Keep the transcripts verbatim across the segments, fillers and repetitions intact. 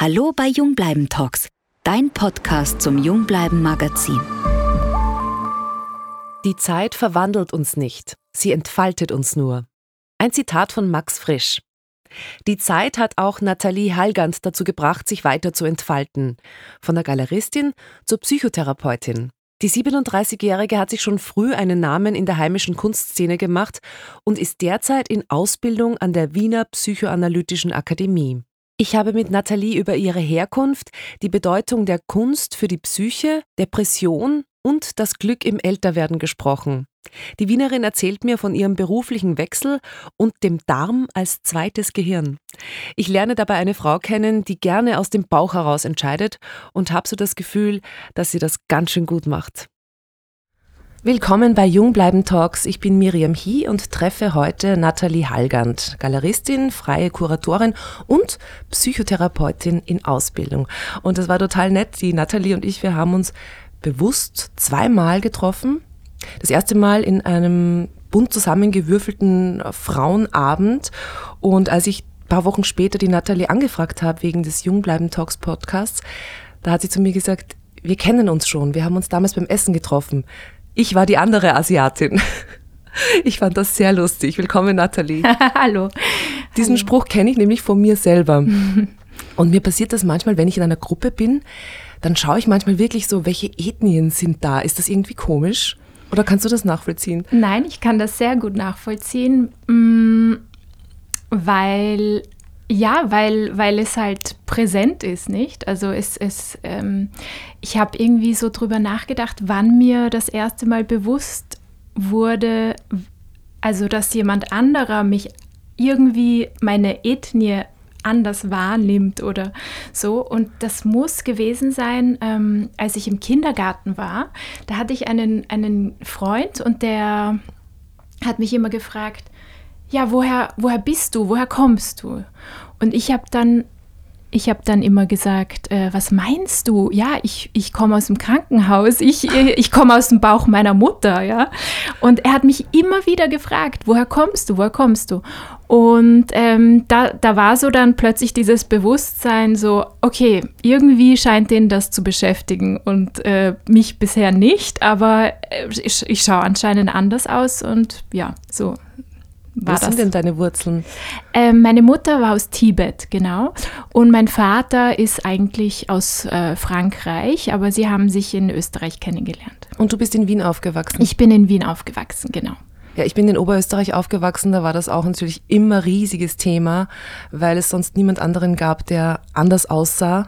Hallo bei Jungbleiben Talks, dein Podcast zum Jungbleiben Magazin. Die Zeit verwandelt uns nicht, sie entfaltet uns nur. Ein Zitat von Max Frisch. Die Zeit hat auch Nathalie Hallgand dazu gebracht, sich weiter zu entfalten. Von der Galeristin zur Psychotherapeutin. Die siebenunddreißigjährige hat sich schon früh einen Namen in der heimischen Kunstszene gemacht und ist derzeit in Ausbildung an der Wiener Psychoanalytischen Akademie. Ich habe mit Nathalie über ihre Herkunft, die Bedeutung der Kunst für die Psyche, Depression und das Glück im Älterwerden gesprochen. Die Wienerin erzählt mir von ihrem beruflichen Wechsel und dem Darm als zweites Gehirn. Ich lerne dabei eine Frau kennen, die gerne aus dem Bauch heraus entscheidet und habe so das Gefühl, dass sie das ganz schön gut macht. Willkommen bei Jungbleiben Talks. Ich bin Miriam Hie und treffe heute Nathalie Hallgand, Galeristin, freie Kuratorin und Psychotherapeutin in Ausbildung. Und das war total nett. Die Nathalie und ich, wir haben uns bewusst zweimal getroffen. Das erste Mal in einem bunt zusammengewürfelten Frauenabend. Und als ich ein paar Wochen später die Nathalie angefragt habe wegen des Jungbleiben Talks Podcasts, da hat sie zu mir gesagt, wir kennen uns schon, wir haben uns damals beim Essen getroffen. Ich war die andere Asiatin. Ich fand das sehr lustig. Willkommen, Nathalie. Hallo. Diesen Hallo. Spruch kenne ich nämlich von mir selber. Und mir passiert das manchmal, wenn ich in einer Gruppe bin, dann schaue ich manchmal wirklich so, welche Ethnien sind da. Ist das irgendwie komisch? Oder kannst du das nachvollziehen? Nein, ich kann das sehr gut nachvollziehen, weil, ja, weil, weil es halt präsent ist, nicht? Also es, es, ähm, ich habe irgendwie so drüber nachgedacht, wann mir das erste Mal bewusst wurde, also dass jemand anderer mich irgendwie meine Ethnie anders wahrnimmt oder so. Und das muss gewesen sein, ähm, als ich im Kindergarten war. Da hatte ich einen, einen Freund und der hat mich immer gefragt, ja, woher, woher bist du, woher kommst du? Und ich habe dann, ich habe dann immer gesagt, äh, was meinst du? Ja, ich, ich komme aus dem Krankenhaus, ich, ich komme aus dem Bauch meiner Mutter, ja. Und er hat mich immer wieder gefragt, woher kommst du, woher kommst du? Und ähm, da, da war so dann plötzlich dieses Bewusstsein so, okay, irgendwie scheint den das zu beschäftigen und äh, mich bisher nicht, aber äh, ich, ich schaue anscheinend anders aus und ja, so. Was sind denn deine Wurzeln? Ähm, meine Mutter war aus Tibet, genau. Und mein Vater ist eigentlich aus äh, Frankreich, aber sie haben sich in Österreich kennengelernt. Und du bist in Wien aufgewachsen? Ich bin in Wien aufgewachsen, genau. Ja, ich bin in Oberösterreich aufgewachsen, da war das auch natürlich immer riesiges Thema, weil es sonst niemand anderen gab, der anders aussah.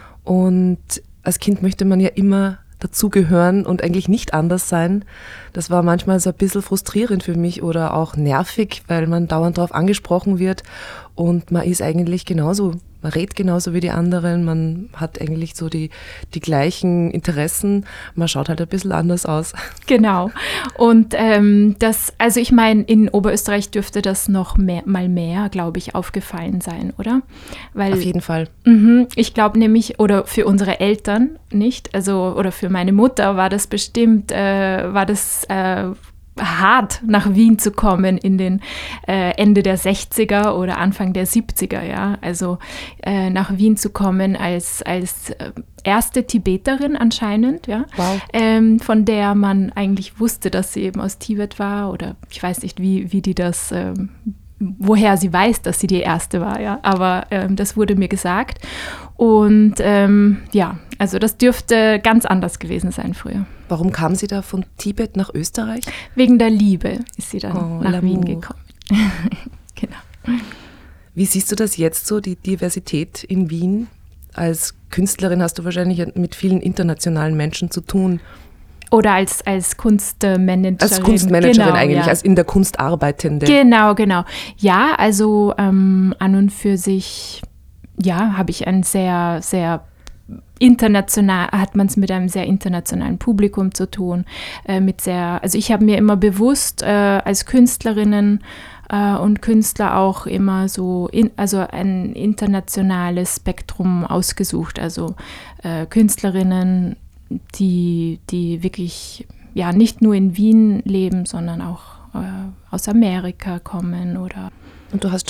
Und als Kind möchte man ja immer dazugehören und eigentlich nicht anders sein. Das war manchmal so ein bisschen frustrierend für mich oder auch nervig, weil man dauernd darauf angesprochen wird und man ist eigentlich genauso, man redet genauso wie die anderen, man hat eigentlich so die, die gleichen Interessen, man schaut halt ein bisschen anders aus. Genau. Und ähm, das, also ich meine, in Oberösterreich dürfte das noch mehr, mal mehr, glaube ich, aufgefallen sein, oder? Weil, auf jeden Fall. Mh, ich glaube nämlich, oder für unsere Eltern nicht, also oder für meine Mutter war das bestimmt, äh, war das äh, hart, nach Wien zu kommen in den äh, Ende der sechziger oder Anfang der siebziger, ja, also äh, nach Wien zu kommen als, als äh, erste Tibeterin anscheinend, ja, wow. ähm, von der man eigentlich wusste, dass sie eben aus Tibet war oder ich weiß nicht, wie, wie die das, ähm, woher sie weiß, dass sie die erste war, ja, aber ähm, das wurde mir gesagt und ähm, ja, also das dürfte ganz anders gewesen sein früher. Warum kam sie da von Tibet nach Österreich? Wegen der Liebe ist sie dann oh, nach Wien gekommen. Genau. Wie siehst du das jetzt so, die Diversität in Wien? Als Künstlerin hast du wahrscheinlich mit vielen internationalen Menschen zu tun. Oder als, als Kunstmanagerin. Als Kunstmanagerin genau, eigentlich, ja. als in der Kunst Arbeitende. Genau, genau. Ja, also ähm, an und für sich, ja, habe ich ein sehr, sehr international, hat man es mit einem sehr internationalen Publikum zu tun. Äh, mit sehr, also ich habe mir immer bewusst äh, als Künstlerinnen äh, und Künstler auch immer so, in, also ein internationales Spektrum ausgesucht. Also äh, Künstlerinnen, die, die wirklich ja nicht nur in Wien leben, sondern auch äh, aus Amerika kommen oder. Und du hast schon sehr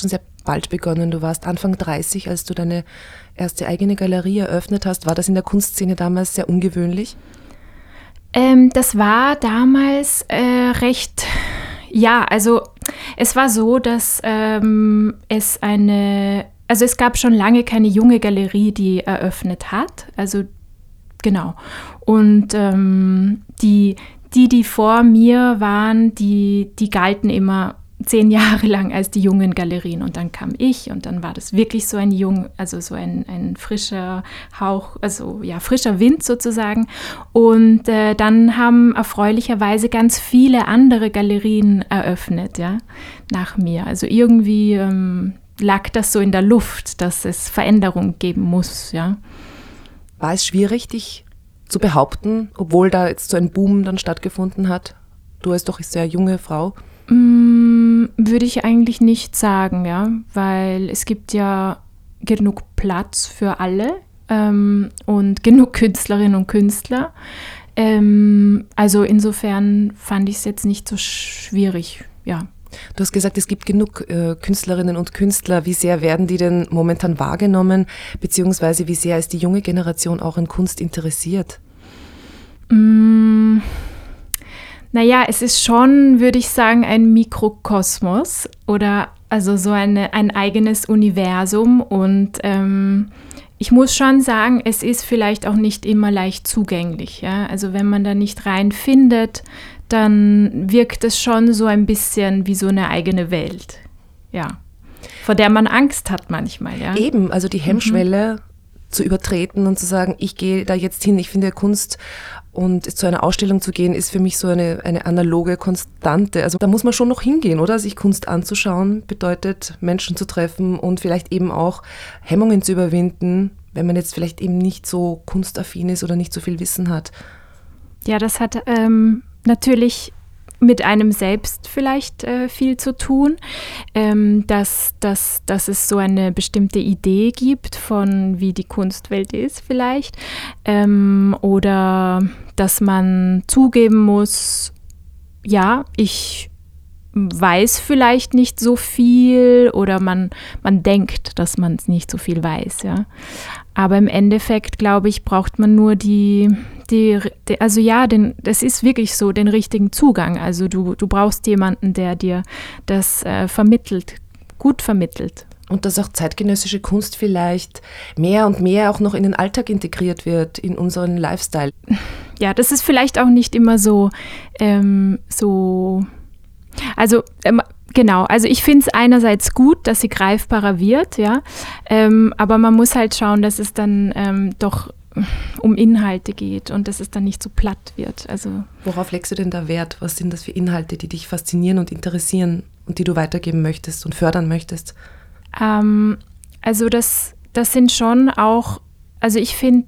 bald begonnen. Du warst Anfang dreißig, als du deine erste eigene Galerie eröffnet hast. War das in der Kunstszene damals sehr ungewöhnlich? Ähm, das war damals äh, recht, ja, also es war so, dass ähm, es eine, also es gab schon lange keine junge Galerie, die eröffnet hat, also genau. Und ähm, die, die, die vor mir waren, die, die galten immer zehn Jahre lang als die jungen Galerien und dann kam ich und dann war das wirklich so ein jung, also so ein, ein frischer Hauch, also ja, frischer Wind sozusagen und äh, dann haben erfreulicherweise ganz viele andere Galerien eröffnet, ja, nach mir. Also irgendwie ähm, lag das so in der Luft, dass es Veränderung geben muss, ja. War es schwierig, dich zu behaupten, obwohl da jetzt so ein Boom dann stattgefunden hat? Du als doch sehr junge Frau. Mm, würde ich eigentlich nicht sagen, ja, weil es gibt ja genug Platz für alle ähm, und genug Künstlerinnen und Künstler. Ähm, also insofern fand ich es jetzt nicht so schwierig, ja. Du hast gesagt, es gibt genug äh, Künstlerinnen und Künstler. Wie sehr werden die denn momentan wahrgenommen, beziehungsweise wie sehr ist die junge Generation auch an Kunst interessiert? Mm. Naja, es ist schon, würde ich sagen, ein Mikrokosmos oder also so eine, ein eigenes Universum und ähm, ich muss schon sagen, es ist vielleicht auch nicht immer leicht zugänglich. Ja? Also wenn man da nicht reinfindet, dann wirkt es schon so ein bisschen wie so eine eigene Welt, ja, vor der man Angst hat manchmal. Ja? Eben, also die Hemmschwelle mhm. zu übertreten und zu sagen, ich gehe da jetzt hin, ich finde Kunst. Und zu einer Ausstellung zu gehen, ist für mich so eine, eine analoge Konstante. Also da muss man schon noch hingehen, oder? Sich Kunst anzuschauen, bedeutet Menschen zu treffen und vielleicht eben auch Hemmungen zu überwinden, wenn man jetzt vielleicht eben nicht so kunstaffin ist oder nicht so viel Wissen hat. Ja, das hat ähm, natürlich mit einem selbst vielleicht äh, viel zu tun, ähm, dass, dass, dass es so eine bestimmte Idee gibt von wie die Kunstwelt ist vielleicht ähm, oder dass man zugeben muss, ja, ich weiß vielleicht nicht so viel oder man, man denkt, dass man nicht so viel weiß, ja. Aber im Endeffekt, glaube ich, braucht man nur die, die, die also ja, den, das ist wirklich so, den richtigen Zugang. Also du, du brauchst jemanden, der dir das äh, vermittelt, gut vermittelt. Und dass auch zeitgenössische Kunst vielleicht mehr und mehr auch noch in den Alltag integriert wird, in unseren Lifestyle. Ja, das ist vielleicht auch nicht immer so, ähm, so, also ähm, genau, also ich finde es einerseits gut, dass sie greifbarer wird, ja, ähm, aber man muss halt schauen, dass es dann ähm, doch um Inhalte geht und dass es dann nicht so platt wird. Also worauf legst du denn da Wert? Was sind das für Inhalte, die dich faszinieren und interessieren und die du weitergeben möchtest und fördern möchtest? Ähm, also das, das sind schon auch, also ich finde,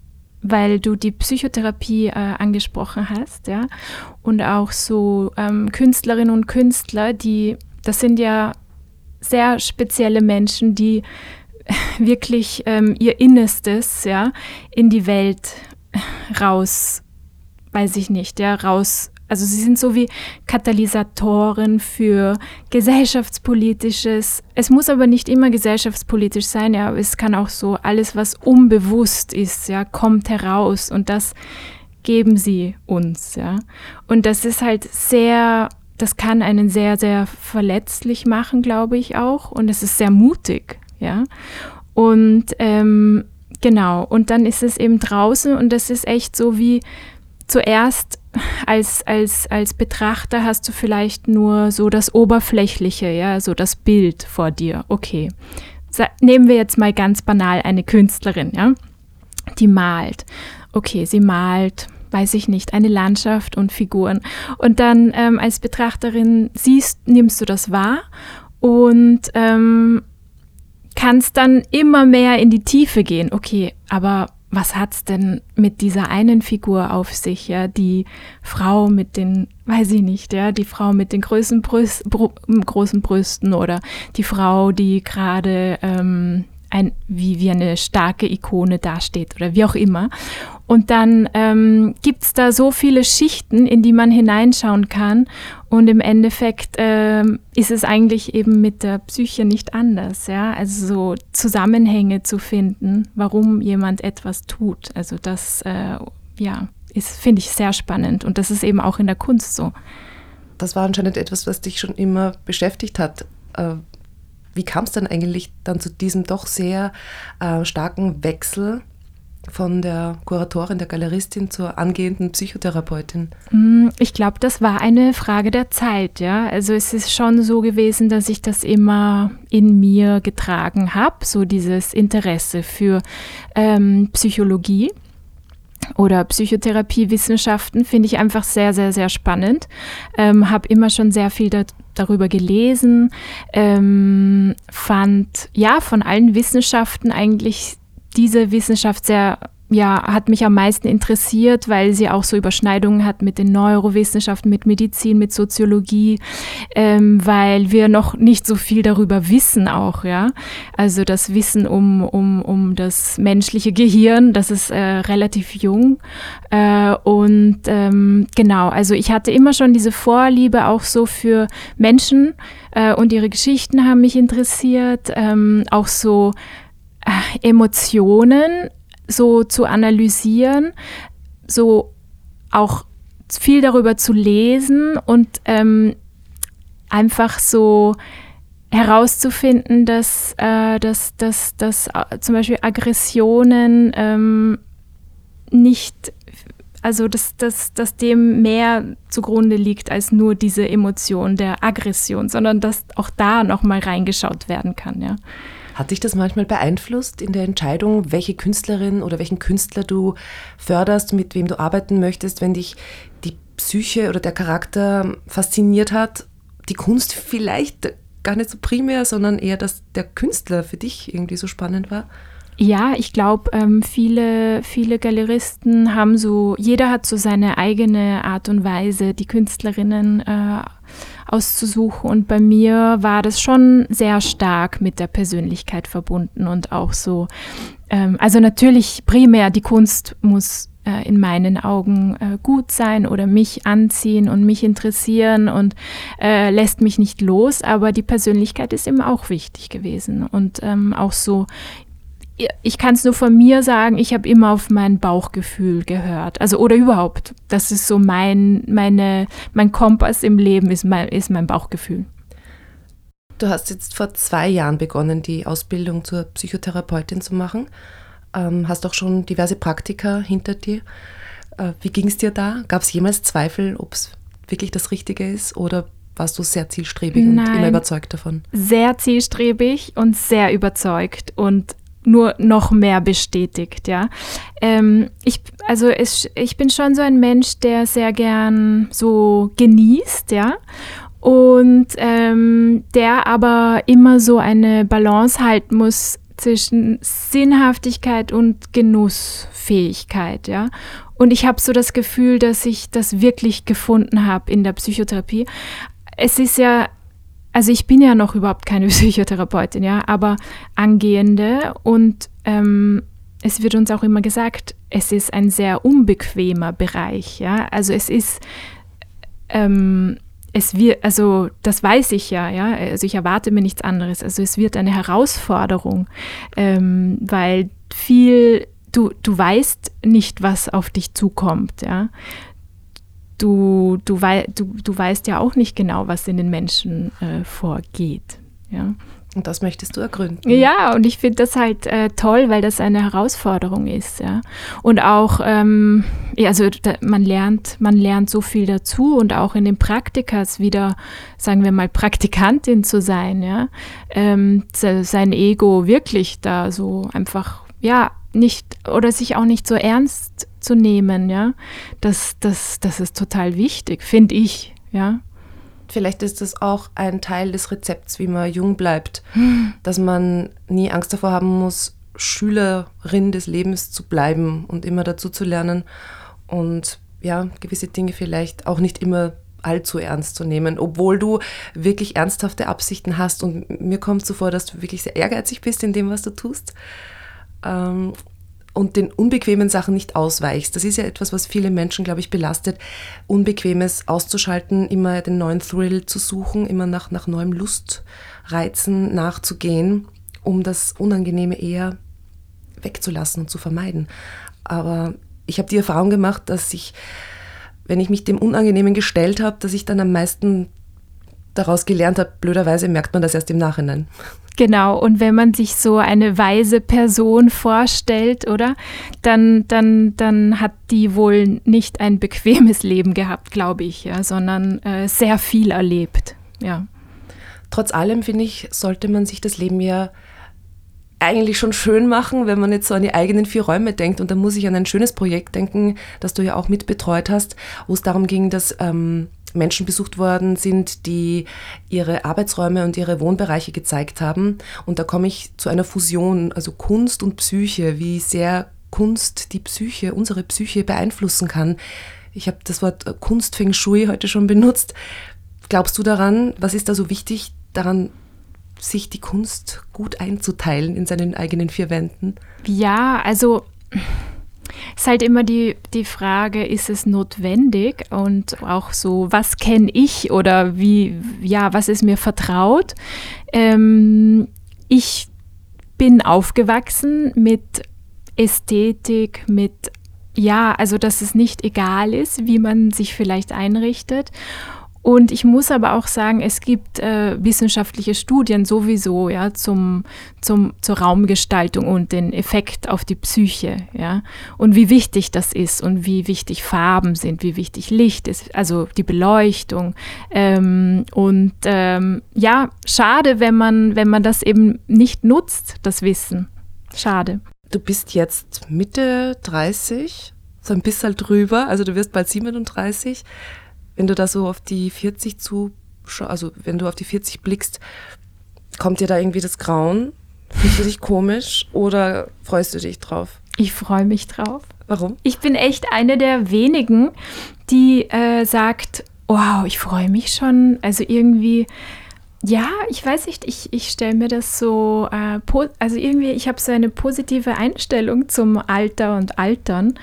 weil du die Psychotherapie äh, angesprochen hast, ja, und auch so ähm, Künstlerinnen und Künstler, die, das sind ja sehr spezielle Menschen, die wirklich ähm, ihr Innerstes, ja, in die Welt raus, weiß ich nicht, ja, raus, also sie sind so wie Katalysatoren für gesellschaftspolitisches, es muss aber nicht immer gesellschaftspolitisch sein, ja, es kann auch so, alles was unbewusst ist, ja, kommt heraus und das geben sie uns, ja, und das ist halt sehr, das kann einen sehr, sehr verletzlich machen, glaube ich auch, und es ist sehr mutig, ja, und ähm, genau, und dann ist es eben draußen und das ist echt so wie zuerst als, als, als Betrachter hast du vielleicht nur so das Oberflächliche, ja, so das Bild vor dir. Okay, Sa- nehmen wir jetzt mal ganz banal eine Künstlerin, ja, die malt. Okay, sie malt, weiß ich nicht, eine Landschaft und Figuren. Und dann ähm, als Betrachterin siehst, nimmst du das wahr und ähm, kannst dann immer mehr in die Tiefe gehen. Okay, aber was hat es denn mit dieser einen Figur auf sich, ja, die Frau mit den, weiß ich nicht, ja, die Frau mit den großen, Brüst, Br- großen Brüsten oder die Frau, die gerade ähm, ein, wie, wie eine starke Ikone dasteht oder wie auch immer. Und dann ähm, gibt es da so viele Schichten, in die man hineinschauen kann. Und im Endeffekt ähm, ist es eigentlich eben mit der Psyche nicht anders. Ja? Also so Zusammenhänge zu finden, warum jemand etwas tut. Also das äh, ja, ist, finde ich, sehr spannend. Und das ist eben auch in der Kunst so. Das war anscheinend etwas, was dich schon immer beschäftigt hat. Äh, wie kam es dann eigentlich dann zu diesem doch sehr äh, starken Wechsel von der Kuratorin, der Galeristin zur angehenden Psychotherapeutin? Ich glaube, das war eine Frage der Zeit, ja. Also es ist schon so gewesen, dass ich das immer in mir getragen habe, so dieses Interesse für ähm, Psychologie. Oder Psychotherapiewissenschaften finde ich einfach sehr, sehr, sehr spannend. Ähm, habe immer schon sehr viel da, darüber gelesen, ähm, fand ja von allen Wissenschaften eigentlich diese Wissenschaft sehr, ja, hat mich am meisten interessiert, weil sie auch so Überschneidungen hat mit den Neurowissenschaften, mit Medizin, mit Soziologie, ähm, weil wir noch nicht so viel darüber wissen auch, ja. Also das Wissen um, um, um das menschliche Gehirn, das ist äh, relativ jung. Äh, und ähm, genau, also ich hatte immer schon diese Vorliebe auch so für Menschen äh, und ihre Geschichten haben mich interessiert, ähm, auch so äh, Emotionen so zu analysieren, so auch viel darüber zu lesen und ähm, einfach so herauszufinden, dass, äh, dass, dass, dass äh, zum Beispiel Aggressionen ähm, nicht, also dass, dass, dass dem mehr zugrunde liegt als nur diese Emotion der Aggression, sondern dass auch da nochmal reingeschaut werden kann, ja. Hat dich das manchmal beeinflusst in der Entscheidung, welche Künstlerin oder welchen Künstler du förderst, mit wem du arbeiten möchtest, wenn dich die Psyche oder der Charakter fasziniert hat? Die Kunst vielleicht gar nicht so primär, sondern eher, dass der Künstler für dich irgendwie so spannend war? Ja, ich glaube, ähm, viele, viele Galeristen haben so, jeder hat so seine eigene Art und Weise, die Künstlerinnen äh, auszusuchen. Und bei mir war das schon sehr stark mit der Persönlichkeit verbunden und auch so, ähm, also natürlich primär die Kunst muss äh, in meinen Augen äh, gut sein oder mich anziehen und mich interessieren und äh, lässt mich nicht los, aber die Persönlichkeit ist eben auch wichtig gewesen und ähm, auch so, ich kann es nur von mir sagen, ich habe immer auf mein Bauchgefühl gehört. Also oder überhaupt, das ist so mein, meine, mein Kompass im Leben ist mein, ist mein Bauchgefühl. Du hast jetzt vor zwei Jahren begonnen, die Ausbildung zur Psychotherapeutin zu machen. Ähm, hast auch schon diverse Praktika hinter dir. Äh, wie ging es dir da? Gab es jemals Zweifel, ob es wirklich das Richtige ist oder warst du sehr zielstrebig Nein, und immer überzeugt davon? Sehr zielstrebig und sehr überzeugt und nur noch mehr bestätigt, ja. Ähm, ich, also es, ich bin schon so ein Mensch, der sehr gern so genießt, ja. Und ähm, der aber immer so eine Balance halten muss zwischen Sinnhaftigkeit und Genussfähigkeit, ja. Und ich habe so das Gefühl, dass ich das wirklich gefunden habe in der Psychotherapie. Es ist ja Also ich bin ja noch überhaupt keine Psychotherapeutin, ja, aber angehende und ähm, es wird uns auch immer gesagt, es ist ein sehr unbequemer Bereich, ja, also es ist, ähm, es wird, also das weiß ich ja, ja, also ich erwarte mir nichts anderes, also es wird eine Herausforderung, ähm, weil viel, du, du weißt nicht, was auf dich zukommt, ja. Du, du, wei- du, du weißt ja auch nicht genau, was in den Menschen äh, vorgeht. Ja. Und das möchtest du ergründen. Ja, und ich finde das halt äh, toll, weil das eine Herausforderung ist. Ja. Und auch, ähm, ja, also da, man lernt, man lernt so viel dazu und auch in den Praktikas wieder, sagen wir mal, Praktikantin zu sein. Ja. Ähm, sein Ego wirklich da so einfach, ja, nicht oder sich auch nicht so ernst zu nehmen, ja, das, das, das ist total wichtig, finde ich, ja. Vielleicht ist das auch ein Teil des Rezepts, wie man jung bleibt, dass man nie Angst davor haben muss, Schülerin des Lebens zu bleiben und immer dazu zu lernen und ja, gewisse Dinge vielleicht auch nicht immer allzu ernst zu nehmen, obwohl du wirklich ernsthafte Absichten hast. Und mir kommt so vor, dass du wirklich sehr ehrgeizig bist in dem, was du tust. Ähm, und den unbequemen Sachen nicht ausweichst. Das ist ja etwas, was viele Menschen, glaube ich, belastet. Unbequemes auszuschalten, immer den neuen Thrill zu suchen, immer nach, nach neuem Lustreizen nachzugehen, um das Unangenehme eher wegzulassen und zu vermeiden. Aber ich habe die Erfahrung gemacht, dass ich, wenn ich mich dem Unangenehmen gestellt habe, dass ich dann am meisten daraus gelernt habe. Blöderweise merkt man das erst im Nachhinein. Genau, und wenn man sich so eine weise Person vorstellt, oder, dann, dann, dann hat die wohl nicht ein bequemes Leben gehabt, glaube ich, ja, sondern äh, sehr viel erlebt. Ja. Trotz allem, finde ich, sollte man sich das Leben ja eigentlich schon schön machen, wenn man jetzt so an die eigenen vier Räume denkt. Und da muss ich an ein schönes Projekt denken, das du ja auch mitbetreut hast, wo es darum ging, dass ähm, Menschen besucht worden sind, die ihre Arbeitsräume und ihre Wohnbereiche gezeigt haben. Und da komme ich zu einer Fusion, also Kunst und Psyche, wie sehr Kunst die Psyche, unsere Psyche beeinflussen kann. Ich habe das Wort Kunst Feng Shui heute schon benutzt. Glaubst du daran, was ist da so wichtig daran, sich die Kunst gut einzuteilen in seinen eigenen vier Wänden? Ja, also ist halt immer die, die Frage, ist es notwendig und auch so, was kenne ich oder wie, ja, was ist mir vertraut? Ähm, ich bin aufgewachsen mit Ästhetik, mit, ja, also dass es nicht egal ist, wie man sich vielleicht einrichtet. Und ich muss aber auch sagen, es gibt äh, wissenschaftliche Studien sowieso, ja, zum, zum, zur Raumgestaltung und den Effekt auf die Psyche, ja, und wie wichtig das ist und wie wichtig Farben sind, wie wichtig Licht ist, also die Beleuchtung. Ähm, und ähm, ja, schade, wenn man, wenn man das eben nicht nutzt, das Wissen. Schade. Du bist jetzt Mitte dreißig, so ein bisschen drüber, also du wirst bald siebenunddreißig. Wenn du da so auf die vierzig zuschaust, also wenn du auf die vierzig blickst, kommt dir da irgendwie das Grauen? Fühlst du dich komisch oder freust du dich drauf? Ich freue mich drauf. Warum? Ich bin echt eine der wenigen, die äh, sagt, wow, ich freue mich schon. Also irgendwie, ja, ich weiß nicht, ich, ich stelle mir das so, äh, po- also irgendwie, ich habe so eine positive Einstellung zum Alter und Altern.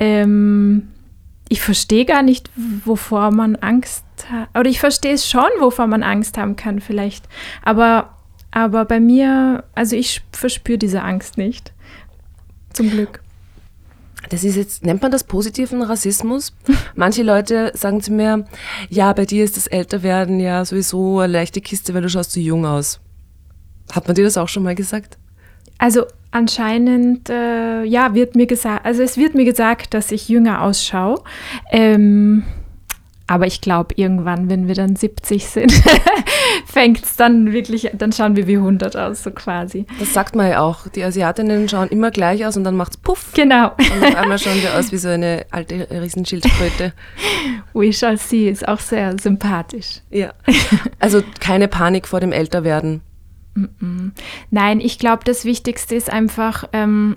Ähm, Ich verstehe gar nicht, wovor man Angst hat. Oder ich verstehe es schon, wovor man Angst haben kann vielleicht. Aber, aber bei mir, also ich verspüre diese Angst nicht. Zum Glück. Das ist jetzt, nennt man das positiven Rassismus? Manche Leute sagen zu mir, ja, bei dir ist das Älterwerden ja sowieso eine leichte Kiste, weil du schaust so jung aus. Hat man dir das auch schon mal gesagt? Also anscheinend, äh, ja, wird mir gesagt, also es wird mir gesagt, dass ich jünger ausschaue. Ähm, aber ich glaube, irgendwann, wenn wir dann siebzig sind, fängt es dann wirklich, dann schauen wir wie hundert aus, so quasi. Das sagt man ja auch. Die Asiatinnen schauen immer gleich aus und dann macht's puff. Genau. Und auf einmal schauen wir aus wie so eine alte Riesenschildkröte. We shall see, ist auch sehr sympathisch. Ja. Also keine Panik vor dem Älterwerden. Nein, ich glaube, das Wichtigste ist einfach, ähm,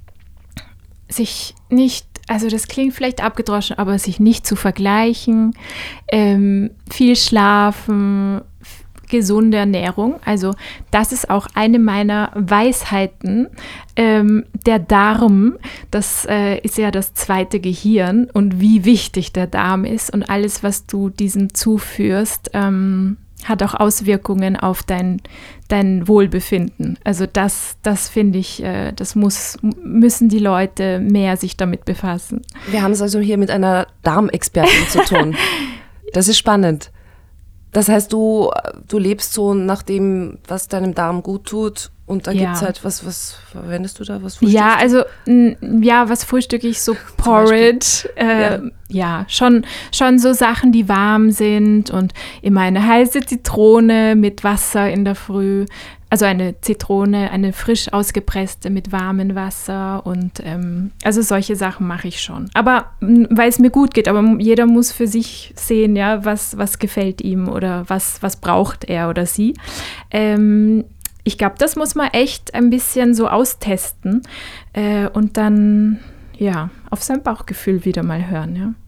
sich nicht, also das klingt vielleicht abgedroschen, aber sich nicht zu vergleichen, ähm, viel schlafen, f- gesunde Ernährung. Also das ist auch eine meiner Weisheiten. Ähm, der Darm, das äh, ist ja das zweite Gehirn und wie wichtig der Darm ist und alles, was du diesem zuführst, ähm, hat auch Auswirkungen auf dein, dein Wohlbefinden. Also das, das finde ich, äh, das muss, müssen die Leute mehr sich damit befassen. Wir haben es also hier mit einer Darmexpertin zu tun. Das ist spannend. Das heißt, du, du lebst so nach dem, was deinem Darm gut tut und da Ja. gibt es halt, was, was verwendest du da? Was Ja, frühstückst du? also n- ja, was frühstücke ich? So Porridge. Äh, ja, Ja. schon, schon so Sachen, die warm sind und immer eine heiße Zitrone mit Wasser in der Früh. Also eine Zitrone, eine frisch ausgepresste mit warmem Wasser und ähm, also solche Sachen mache ich schon. Aber m, weil es mir gut geht, aber m- jeder muss für sich sehen, ja, was, was gefällt ihm oder was, was braucht er oder sie. Ähm, ich glaube, das muss man echt ein bisschen so austesten äh, und dann ja auf sein Bauchgefühl wieder mal hören, ja.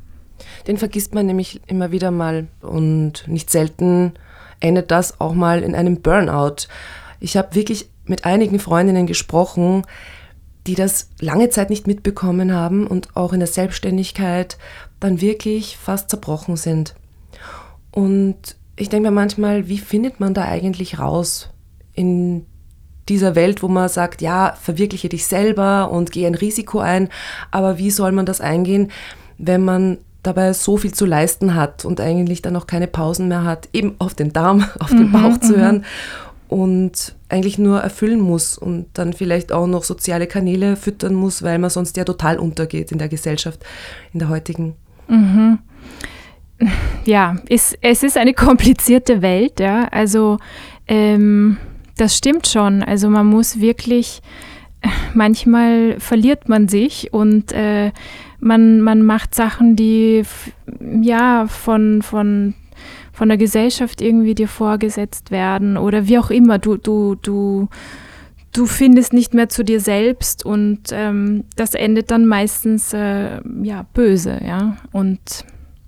Den vergisst man nämlich immer wieder mal und nicht selten endet das auch mal in einem Burnout. Ich habe wirklich mit einigen Freundinnen gesprochen, die das lange Zeit nicht mitbekommen haben und auch in der Selbstständigkeit dann wirklich fast zerbrochen sind. Und ich denke mir manchmal, wie findet man da eigentlich raus in dieser Welt, wo man sagt, ja, verwirkliche dich selber und gehe ein Risiko ein, aber wie soll man das eingehen, wenn man dabei so viel zu leisten hat und eigentlich dann auch keine Pausen mehr hat, eben auf den Darm, auf den Mhm, Bauch zu mhm. hören und eigentlich nur erfüllen muss und dann vielleicht auch noch soziale Kanäle füttern muss, weil man sonst ja total untergeht in der Gesellschaft, in der heutigen. Mhm. Ja, ist, es ist eine komplizierte Welt, ja. Also ähm, das stimmt schon. Also man muss wirklich, manchmal verliert man sich und äh, man, man macht Sachen, die f- ja von, von, von der Gesellschaft irgendwie dir vorgesetzt werden oder wie auch immer. Du, du, du, du findest nicht mehr zu dir selbst und ähm, das endet dann meistens äh, ja, böse, ja. Und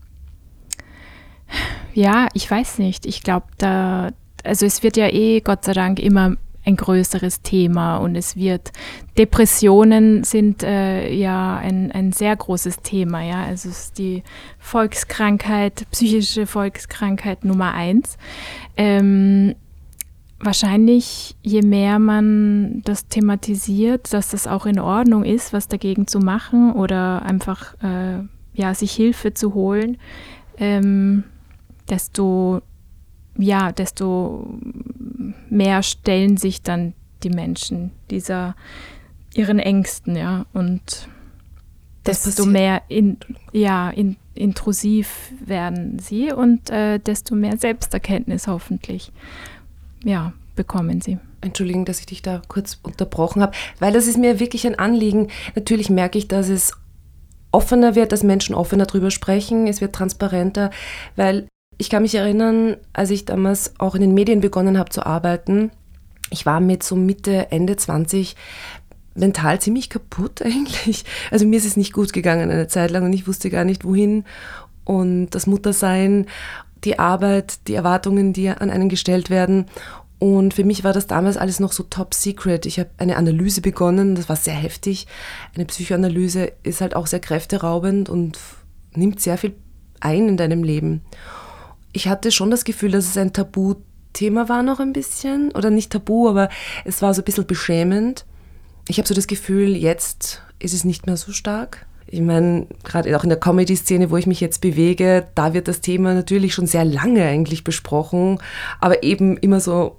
ja, ich weiß nicht. Ich glaube, da, also es wird ja eh Gott sei Dank immer ein größeres Thema und es wird, Depressionen sind äh, ja ein, ein sehr großes Thema, ja. Also es ist die Volkskrankheit, psychische Volkskrankheit Nummer eins. Ähm, wahrscheinlich, je mehr man das thematisiert, dass das auch in Ordnung ist, was dagegen zu machen oder einfach äh, ja, sich Hilfe zu holen, ähm, desto, ja, desto mehr stellen sich dann die Menschen dieser ihren Ängsten, ja, und Das desto passiert- mehr in, ja, in, intrusiv werden sie und äh, desto mehr Selbsterkenntnis hoffentlich, ja, bekommen sie. Entschuldigung, dass ich dich da kurz unterbrochen habe, weil das ist mir wirklich ein Anliegen. Natürlich merke ich, dass es offener wird, dass Menschen offener drüber sprechen, es wird transparenter, weil ich kann mich erinnern, als ich damals auch in den Medien begonnen habe zu arbeiten, ich war mit so Mitte, Ende zwanzig mental ziemlich kaputt eigentlich. Also mir ist es nicht gut gegangen eine Zeit lang und ich wusste gar nicht, wohin. Und das Muttersein, die Arbeit, die Erwartungen, die an einen gestellt werden. Und für mich war das damals alles noch so top secret. Ich habe eine Analyse begonnen, das war sehr heftig. Eine Psychoanalyse ist halt auch sehr kräfteraubend und nimmt sehr viel ein in deinem Leben. Ich hatte schon das Gefühl, dass es ein Tabuthema war noch ein bisschen. Oder nicht Tabu, aber es war so ein bisschen beschämend. Ich habe so das Gefühl, jetzt ist es nicht mehr so stark. Ich meine, gerade auch in der Comedy-Szene, wo ich mich jetzt bewege, da wird das Thema natürlich schon sehr lange eigentlich besprochen, aber eben immer so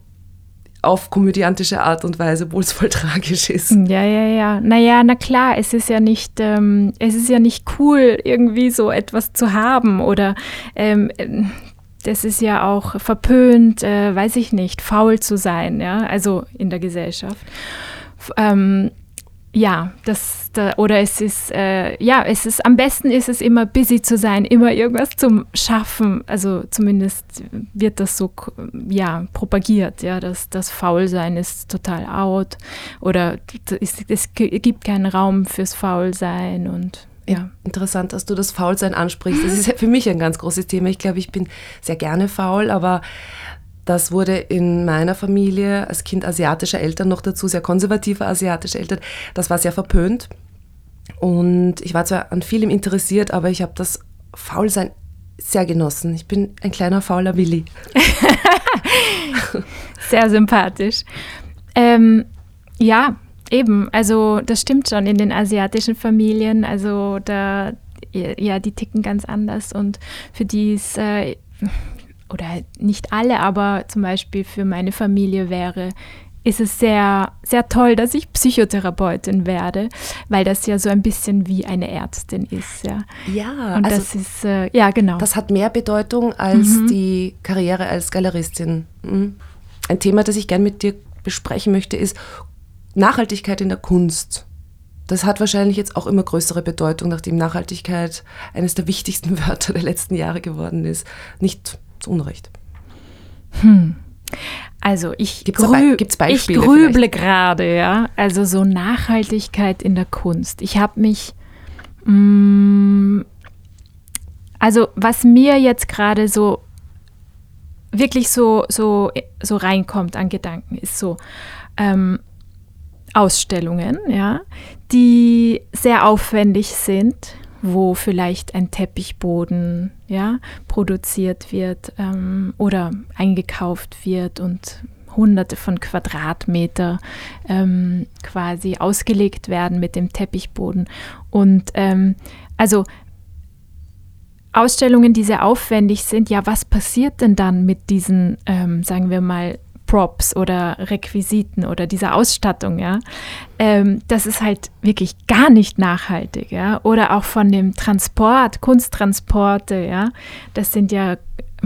auf komödiantische Art und Weise, obwohl es voll tragisch ist. Ja, ja, ja. Naja, na klar, es ist ja nicht, ähm, es ist ja nicht cool, irgendwie so etwas zu haben oder ähm, das ist ja auch verpönt, äh, weiß ich nicht, faul zu sein, ja, also in der Gesellschaft. F- Ähm, ja, das, da, oder es ist, äh, ja, es ist, am besten ist es immer busy zu sein, immer irgendwas zum Schaffen, also zumindest wird das so, ja, propagiert, ja, dass das Faulsein ist total out oder es, es gibt keinen Raum fürs Faulsein und ja. Interessant, dass du das Faulsein ansprichst. Das ist ja für mich ein ganz großes Thema. Ich glaube, ich bin sehr gerne faul, aber das wurde in meiner Familie als Kind asiatischer Eltern noch dazu, sehr konservativer asiatischer Eltern, das war sehr verpönt. Und ich war zwar an vielem interessiert, aber ich habe das Faulsein sehr genossen. Ich bin ein kleiner fauler Willi. Sehr sympathisch. Ähm, ja, eben, also das stimmt schon in den asiatischen Familien, also da, ja, die ticken ganz anders und für die ist, äh, oder nicht alle, aber zum Beispiel für meine Familie wäre, ist es sehr, sehr toll, dass ich Psychotherapeutin werde, weil das ja so ein bisschen wie eine Ärztin ist, ja. Ja, Und also das ist, äh, ja, genau. das hat mehr Bedeutung als Mhm. die Karriere als Galeristin. Mhm. Ein Thema, das ich gern mit dir besprechen möchte, ist Nachhaltigkeit in der Kunst. Das hat wahrscheinlich jetzt auch immer größere Bedeutung, nachdem Nachhaltigkeit eines der wichtigsten Wörter der letzten Jahre geworden ist. Nicht zu Unrecht. Hm. Also ich, Gibt's da grü Be- gibt's Beispiele ich grüble gerade, ja. Also so Nachhaltigkeit in der Kunst. Ich habe mich, mh, Also was mir jetzt gerade so wirklich so, so, so reinkommt an Gedanken, ist so ähm, Ausstellungen, ja, die sehr aufwendig sind, wo vielleicht ein Teppichboden, ja, produziert wird ähm, oder eingekauft wird und hunderte von Quadratmeter ähm, quasi ausgelegt werden mit dem Teppichboden. Und ähm, also Ausstellungen, die sehr aufwendig sind, ja, was passiert denn dann mit diesen, ähm, sagen wir mal, Props oder Requisiten oder dieser Ausstattung, ja? Ähm, das ist halt wirklich gar nicht nachhaltig, ja? Oder auch von dem Transport, Kunsttransporte, ja? Das sind ja,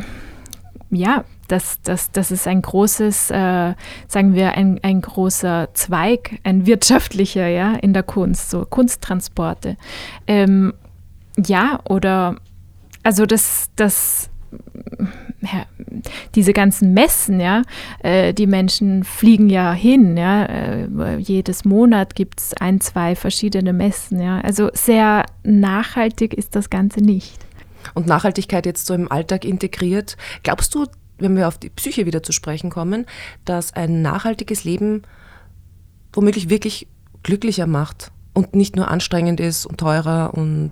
ja, das, das, das ist ein großes, äh, sagen wir, ein, ein großer Zweig, ein wirtschaftlicher, ja, in der Kunst, so Kunsttransporte. Ähm, ja, oder, also das, das, ja, diese ganzen Messen, ja, äh, die Menschen fliegen ja hin, ja, äh, jedes Monat gibt es ein, zwei verschiedene Messen, ja, also sehr nachhaltig ist das Ganze nicht. Und Nachhaltigkeit jetzt so im Alltag integriert, glaubst du, wenn wir auf die Psyche wieder zu sprechen kommen, dass ein nachhaltiges Leben womöglich wirklich glücklicher macht und nicht nur anstrengend ist und teurer und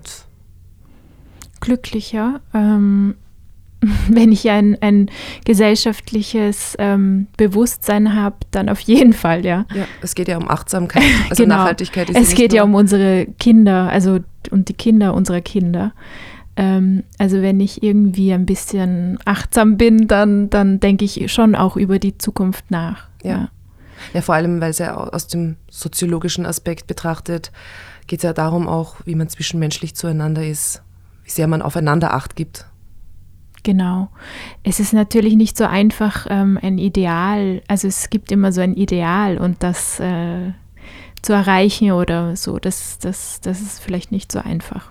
glücklicher, ähm, wenn ich ein, ein gesellschaftliches ähm, Bewusstsein habe, dann auf jeden Fall, ja. Ja, es geht ja um Achtsamkeit, also genau. Nachhaltigkeit ist es ja geht nur ja um unsere Kinder, also und die Kinder unserer Kinder. Ähm, also wenn ich irgendwie ein bisschen achtsam bin, dann, dann denke ich schon auch über die Zukunft nach. Ja, ja. ja vor allem, weil es ja aus dem soziologischen Aspekt betrachtet, geht es ja darum auch, wie man zwischenmenschlich zueinander ist, wie sehr man aufeinander Acht gibt. Genau. Es ist natürlich nicht so einfach, ähm, ein Ideal, also es gibt immer so ein Ideal und das äh, zu erreichen oder so, das, das, das ist vielleicht nicht so einfach.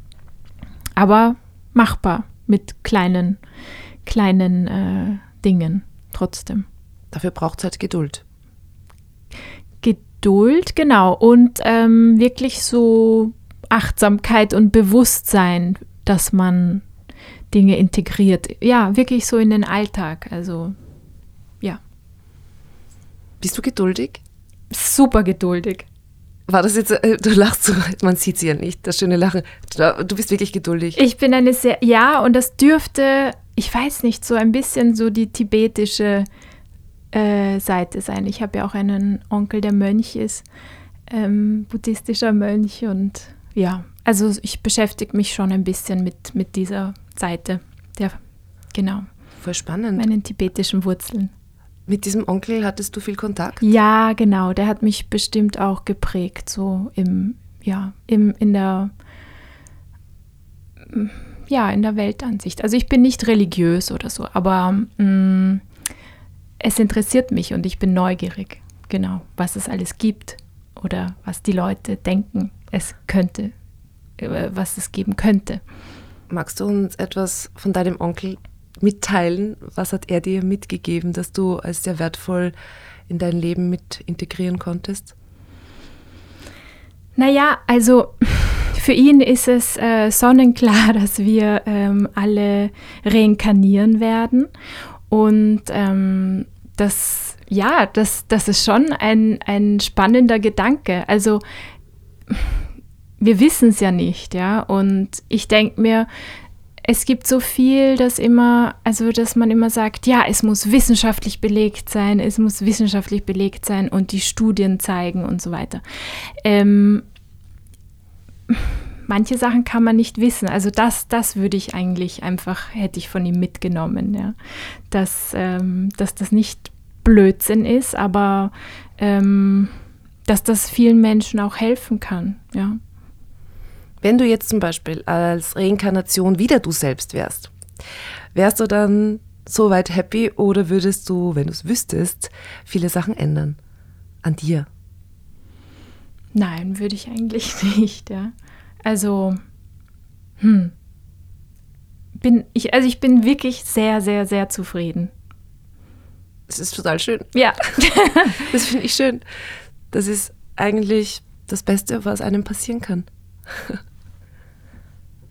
Aber machbar mit kleinen, kleinen äh, Dingen trotzdem. Dafür braucht es halt Geduld. Geduld, genau. Und ähm, wirklich so Achtsamkeit und Bewusstsein, dass man Dinge integriert. Ja, wirklich so in den Alltag. Also, ja. Bist du geduldig? Super geduldig. War das jetzt, äh, du lachst so, man sieht sie ja nicht, das schöne Lachen. Du bist wirklich geduldig. Ich bin eine sehr, ja, und das dürfte, ich weiß nicht, so ein bisschen so die tibetische äh, Seite sein. Ich habe ja auch einen Onkel, der Mönch ist, ähm, buddhistischer Mönch und ja, also ich beschäftige mich schon ein bisschen mit, mit dieser Seite, der, genau. Voll spannend. Meinen tibetischen Wurzeln. Mit diesem Onkel hattest du viel Kontakt? Ja, genau. Der hat mich bestimmt auch geprägt, so im, ja, im, in der, ja, in der Weltansicht. Also ich bin nicht religiös oder so, aber mh, es interessiert mich und ich bin neugierig, genau, was es alles gibt oder was die Leute denken, es könnte, was es geben könnte. Magst du uns etwas von deinem Onkel mitteilen? Was hat er dir mitgegeben, dass du als sehr wertvoll in dein Leben mit integrieren konntest? Naja, also für ihn ist es äh, sonnenklar, dass wir ähm, alle reinkarnieren werden und ähm, das, ja, das, das ist schon ein, ein spannender Gedanke. Also wir wissen es ja nicht, ja, und ich denke mir, es gibt so viel, dass immer, also dass man immer sagt, ja, es muss wissenschaftlich belegt sein, es muss wissenschaftlich belegt sein und die Studien zeigen und so weiter. Ähm, manche Sachen kann man nicht wissen. Also das, das würde ich eigentlich einfach, hätte ich von ihm mitgenommen, ja, dass, ähm, dass das nicht Blödsinn ist, aber ähm, dass das vielen Menschen auch helfen kann, ja. Wenn du jetzt zum Beispiel als Reinkarnation wieder du selbst wärst, wärst du dann so weit happy oder würdest du, wenn du es wüsstest, viele Sachen ändern an dir? Nein, würde ich eigentlich nicht, ja. Also, hm, bin ich, also ich bin wirklich sehr, sehr, sehr zufrieden. Das ist total schön. Ja. Das finde ich schön. Das ist eigentlich das Beste, was einem passieren kann.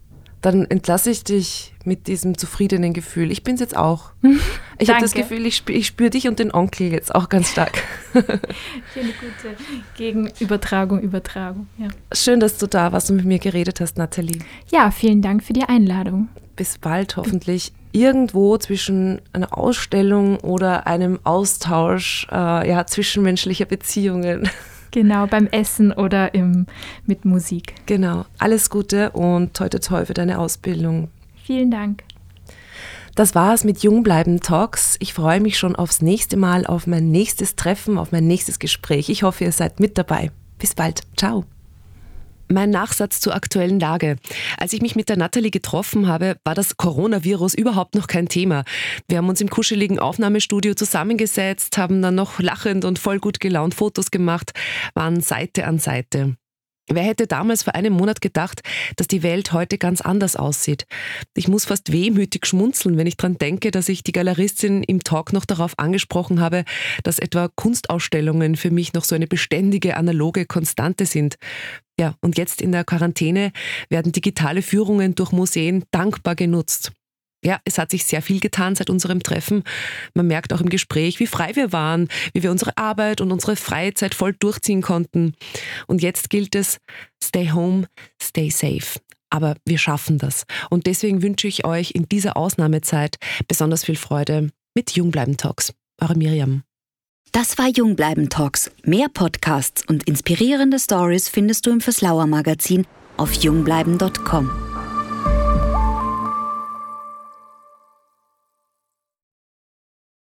Dann entlasse ich dich mit diesem zufriedenen Gefühl. Ich bin es jetzt auch. Ich habe das Gefühl, ich spüre ich spür dich und den Onkel jetzt auch ganz stark. Hier eine gute Gegenübertragung, Übertragung. Ja. Schön, dass du da warst und mit mir geredet hast, Nathalie. Ja, vielen Dank für die Einladung. Bis bald hoffentlich. Irgendwo zwischen einer Ausstellung oder einem Austausch äh, ja, zwischenmenschlicher Beziehungen. Genau, beim Essen oder im, mit Musik. Genau, alles Gute und toi toi toi für deine Ausbildung. Vielen Dank. Das war's mit Jungbleiben Talks. Ich freue mich schon aufs nächste Mal, auf mein nächstes Treffen, auf mein nächstes Gespräch. Ich hoffe, ihr seid mit dabei. Bis bald. Ciao. Mein Nachsatz zur aktuellen Lage. Als ich mich mit der Nathalie getroffen habe, war das Coronavirus überhaupt noch kein Thema. Wir haben uns im kuscheligen Aufnahmestudio zusammengesetzt, haben dann noch lachend und voll gut gelaunt Fotos gemacht, waren Seite an Seite. Wer hätte damals vor einem Monat gedacht, dass die Welt heute ganz anders aussieht? Ich muss fast wehmütig schmunzeln, wenn ich daran denke, dass ich die Galeristin im Talk noch darauf angesprochen habe, dass etwa Kunstausstellungen für mich noch so eine beständige, analoge Konstante sind. Ja, und jetzt in der Quarantäne werden digitale Führungen durch Museen dankbar genutzt. Ja, es hat sich sehr viel getan seit unserem Treffen. Man merkt auch im Gespräch, wie frei wir waren, wie wir unsere Arbeit und unsere Freizeit voll durchziehen konnten. Und jetzt gilt es, stay home, stay safe. Aber wir schaffen das. Und deswegen wünsche ich euch in dieser Ausnahmezeit besonders viel Freude mit Jungbleiben Talks. Eure Miriam. Das war Jungbleiben Talks. Mehr Podcasts und inspirierende Stories findest du im Fürs Lauer Magazin auf jungbleiben punkt com.